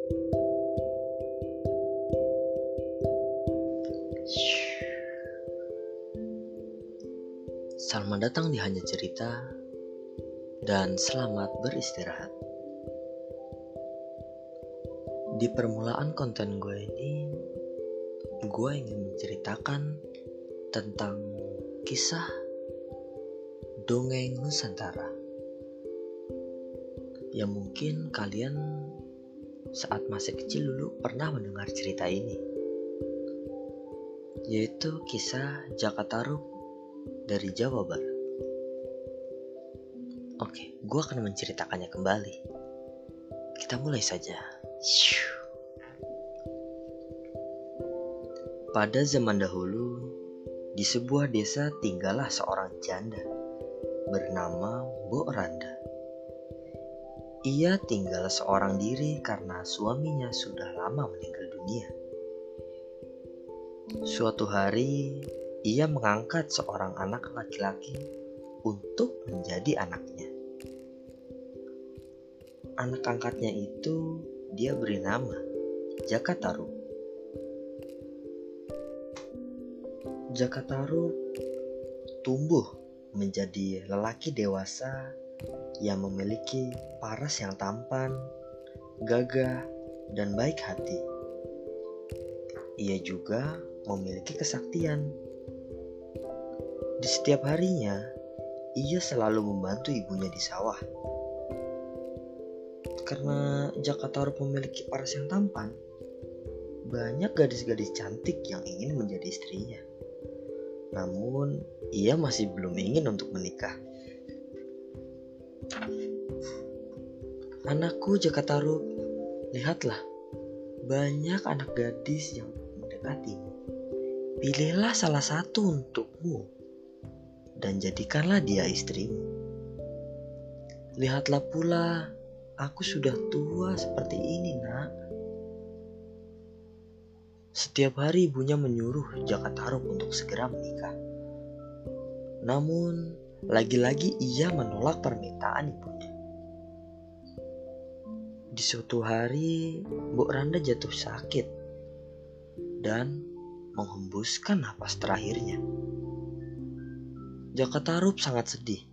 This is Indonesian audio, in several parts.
Selamat datang di Hanya Cerita dan selamat beristirahat. Di permulaan konten gue ini, gue ingin menceritakan tentang kisah dongeng Nusantara yang mungkin kalian saat masih kecil dulu pernah mendengar cerita ini, yaitu kisah Jaka Tarub dari Jawa Barat. Oke, gue akan menceritakannya kembali. Kita mulai saja. Pada zaman dahulu, di sebuah desa tinggallah seorang janda bernama Mbok Randa. Ia tinggal seorang diri karena suaminya sudah lama meninggal dunia. Suatu hari, ia mengangkat seorang anak laki-laki untuk menjadi anaknya. Anak angkatnya itu dia beri nama Jaka Tarub. Jaka Tarub tumbuh menjadi lelaki dewasa yang memiliki paras yang tampan, gagah, dan baik hati. Ia juga memiliki kesaktian. Di setiap harinya, ia selalu membantu ibunya di sawah. Karena Jaka Tarub memiliki paras yang tampan, banyak gadis-gadis cantik yang ingin menjadi istrinya. Namun, ia masih belum ingin untuk menikah. Anakku Jaka Tarub, lihatlah, banyak anak gadis yang mendekatimu. Pilihlah salah satu untukmu dan jadikanlah dia istrimu. Lihatlah pula, aku sudah tua seperti ini, nak. Setiap hari ibunya menyuruh Jaka Tarub untuk segera menikah. Namun, lagi-lagi ia menolak permintaan ibunya. Di suatu hari, Mbok Randa jatuh sakit dan menghembuskan napas terakhirnya. Jaka Tarub sangat sedih.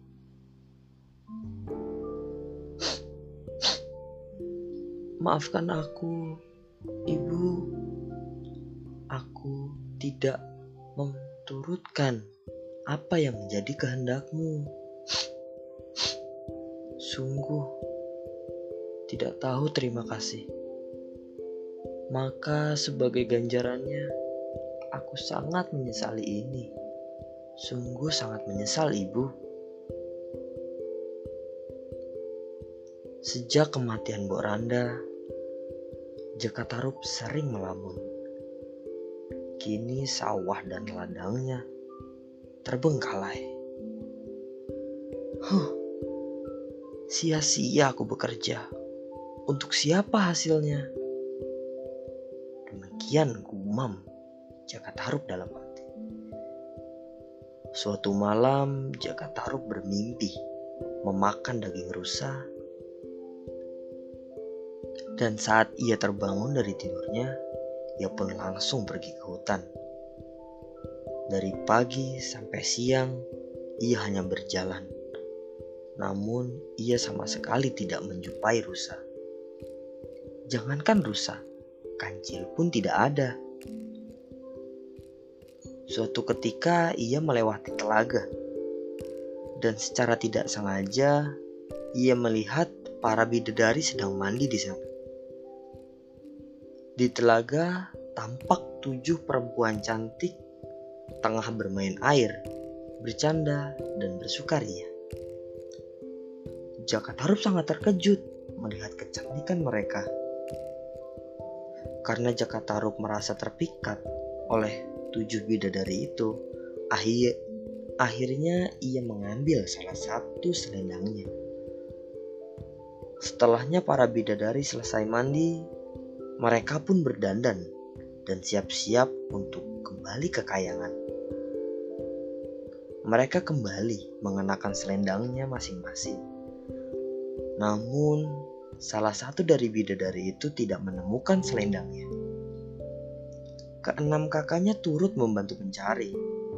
Maafkan aku, ibu. Aku tidak menurutkan apa yang menjadi kehendakmu. Sungguh tidak tahu terima kasih. Maka sebagai ganjarannya, aku sangat menyesali ini. Sungguh sangat menyesal, ibu. Sejak kematian Mbok Randa, Jaka Tarub sering melamun. Kini sawah dan ladangnya terbengkalai. Sia-sia aku bekerja. Untuk siapa hasilnya? Demikian gumam Jaka Tarub dalam hati. Suatu malam Jaka Tarub bermimpi memakan daging rusa. Dan saat ia terbangun dari tidurnya, ia pun langsung pergi ke hutan. Dari pagi sampai siang, ia hanya berjalan. Namun, ia sama sekali tidak menjumpai rusa. Jangankan rusa, kancil pun tidak ada. Suatu ketika, ia melewati telaga. Dan secara tidak sengaja, ia melihat para bidadari sedang mandi di sana. Di telaga tampak 7 perempuan cantik tengah bermain air, bercanda, dan bersukaria. Jaka Tarub sangat terkejut melihat kecantikan mereka. Karena Jaka Tarub merasa terpikat oleh 7 bidadari itu, akhirnya ia mengambil salah satu selendangnya. Setelahnya para bidadari selesai mandi, mereka pun berdandan dan siap-siap untuk kembali ke kayangan. Mereka kembali mengenakan selendangnya masing-masing. Namun, salah satu dari bidadari itu tidak menemukan selendangnya. Keenam kakaknya turut membantu mencari,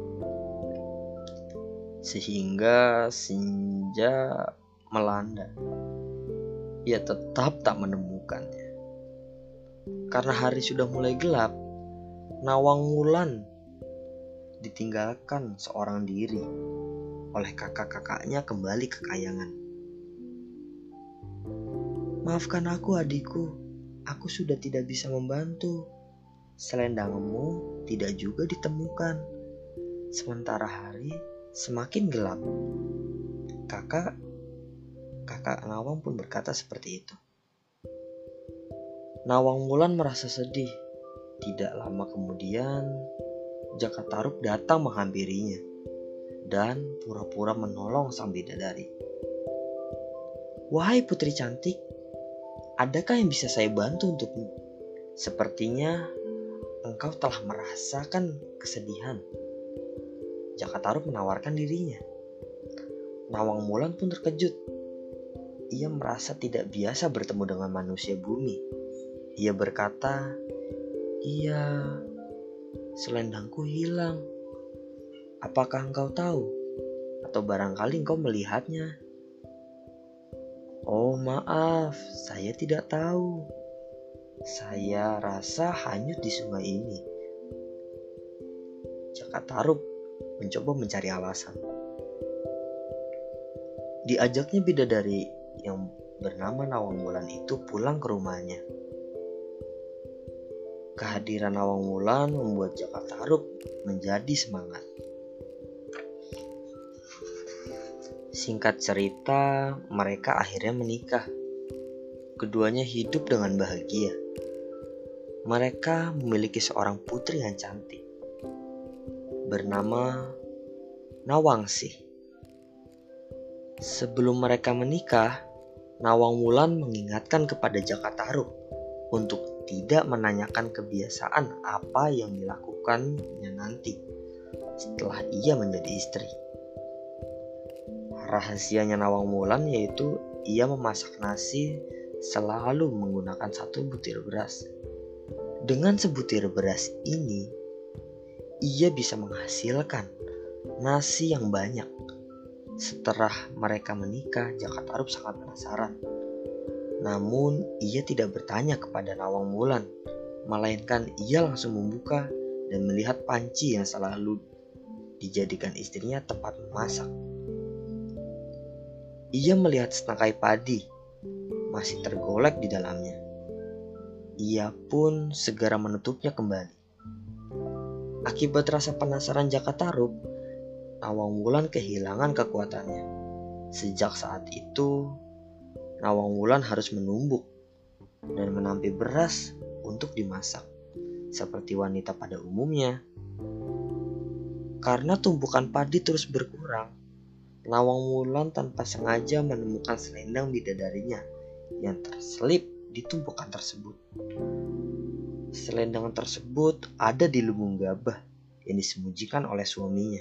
sehingga senja melanda. Ia tetap tak menemukannya. Karena hari sudah mulai gelap, Nawang Wulan ditinggalkan seorang diri oleh kakak-kakaknya kembali ke kayangan. Maafkan aku adikku, aku sudah tidak bisa membantu. Selendangmu tidak juga ditemukan. Sementara hari semakin gelap. Kakak Nawang pun berkata seperti itu. Nawang Wulan merasa sedih. Tidak lama kemudian, Jaka Tarub datang menghampirinya dan pura-pura menolong sang bidadari. Wahai putri cantik, adakah yang bisa saya bantu untukmu? Sepertinya engkau telah merasakan kesedihan. Jaka Tarub menawarkan dirinya. Nawang Wulan pun terkejut. Ia merasa tidak biasa bertemu dengan manusia bumi. Ia berkata, "Iya, selendangku hilang. Apakah engkau tahu? Atau barangkali engkau melihatnya?" "Oh maaf, saya tidak tahu. Saya rasa hanyut di sungai ini." Jaka Tarub mencoba mencari alasan. Diajaknya bidadari yang bernama Nawang Wulan itu pulang ke rumahnya. Kehadiran Nawang Wulan membuat Jaka Tarub menjadi semangat. Singkat cerita, mereka akhirnya menikah. Keduanya hidup dengan bahagia. Mereka memiliki seorang putri yang cantik, bernama Nawangsih. Sebelum mereka menikah, Nawang Wulan mengingatkan kepada Jaka Tarub untuk tidak menanyakan kebiasaan apa yang dilakukannya nanti setelah ia menjadi istri. Rahasianya Nawang Wulan yaitu ia memasak nasi selalu menggunakan 1 butir beras. Dengan sebutir beras ini, ia bisa menghasilkan nasi yang banyak. Setelah mereka menikah, Jaka Tarub sangat penasaran. Namun ia tidak bertanya kepada Nawang Wulan, melainkan ia langsung membuka dan melihat panci yang selalu dijadikan istrinya tempat memasak. Ia melihat setangkai padi masih tergolek di dalamnya. Ia pun segera menutupnya kembali. Akibat rasa penasaran Jaka Tarub, Nawang Wulan kehilangan kekuatannya. Sejak saat itu, Nawang Wulan harus menumbuk dan menampi beras untuk dimasak, seperti wanita pada umumnya. Karena tumpukan padi terus berkurang, Nawang Wulan tanpa sengaja menemukan selendang bidadarinya yang terselip di tumpukan tersebut. Selendang tersebut ada di lumbung gabah yang disembunyikan oleh suaminya.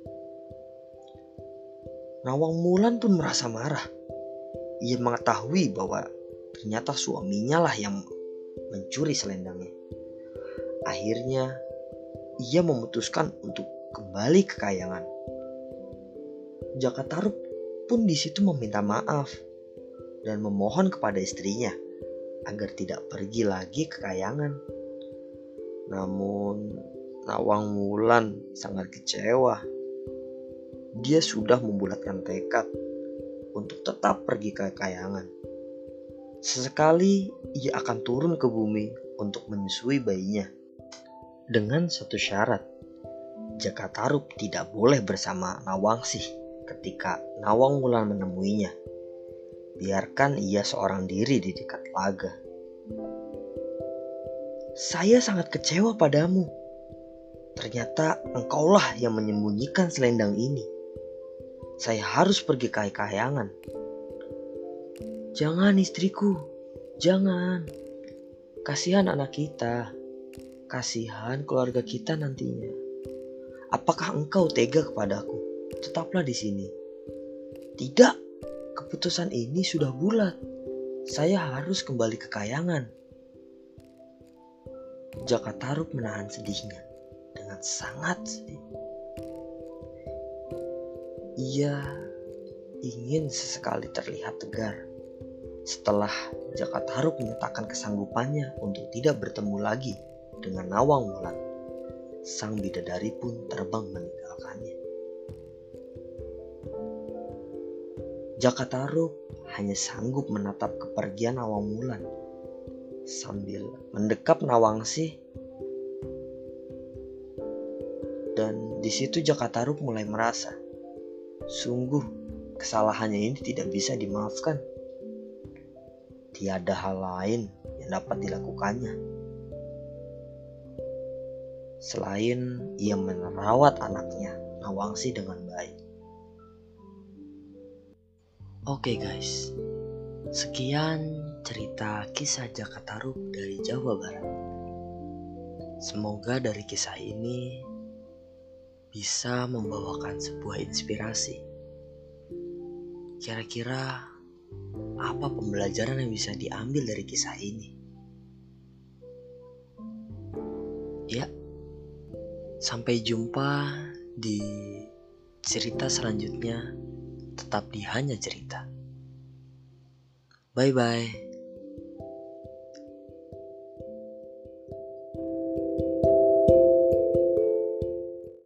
Nawang Wulan pun merasa marah. Ia mengetahui bahwa ternyata suaminya lah yang mencuri selendangnya. Akhirnya, ia memutuskan untuk kembali ke kayangan. Jaka Tarub pun di situ meminta maaf dan memohon kepada istrinya agar tidak pergi lagi ke kayangan. Namun Nawang Wulan sangat kecewa. Dia sudah membulatkan tekad untuk tetap pergi ke kayangan. Sesekali ia akan turun ke bumi untuk menyusui bayinya. Dengan satu syarat, Jaka Tarub tidak boleh bersama Nawangsih ketika Nawang Wulan menemuinya. Biarkan ia seorang diri di dekat telaga. Saya sangat kecewa padamu. Ternyata engkaulah yang menyembunyikan selendang ini. Saya harus pergi ke kayangan. Jangan istriku, jangan. Kasihan anak kita. Kasihan keluarga kita nantinya. Apakah engkau tega kepadaku? Tetaplah di sini. Tidak, keputusan ini sudah bulat. Saya harus kembali ke Kayangan. Jaka Tarub menahan sedihnya dengan sangat sedih. Ia ingin sesekali terlihat tegar. Setelah Jaka Tarub menyatakan kesanggupannya untuk tidak bertemu lagi dengan Nawang Wulan, sang bidadari pun terbang meninggalkannya. Jaka Tarub hanya sanggup menatap kepergian Nawang Wulan sambil mendekap Nawangsi. Dan di situ Jaka Tarub mulai merasa, sungguh kesalahannya ini tidak bisa dimaafkan. Tiada hal lain yang dapat dilakukannya selain ia merawat anaknya Nawangsi dengan baik. Oke guys, sekian cerita kisah Jaka Tarub dari Jawa Barat. Semoga dari kisah ini bisa membawakan sebuah inspirasi. Kira-kira apa pembelajaran yang bisa diambil dari kisah ini? Ya, sampai jumpa di cerita selanjutnya. Tetap di Hanya Cerita. Bye-bye.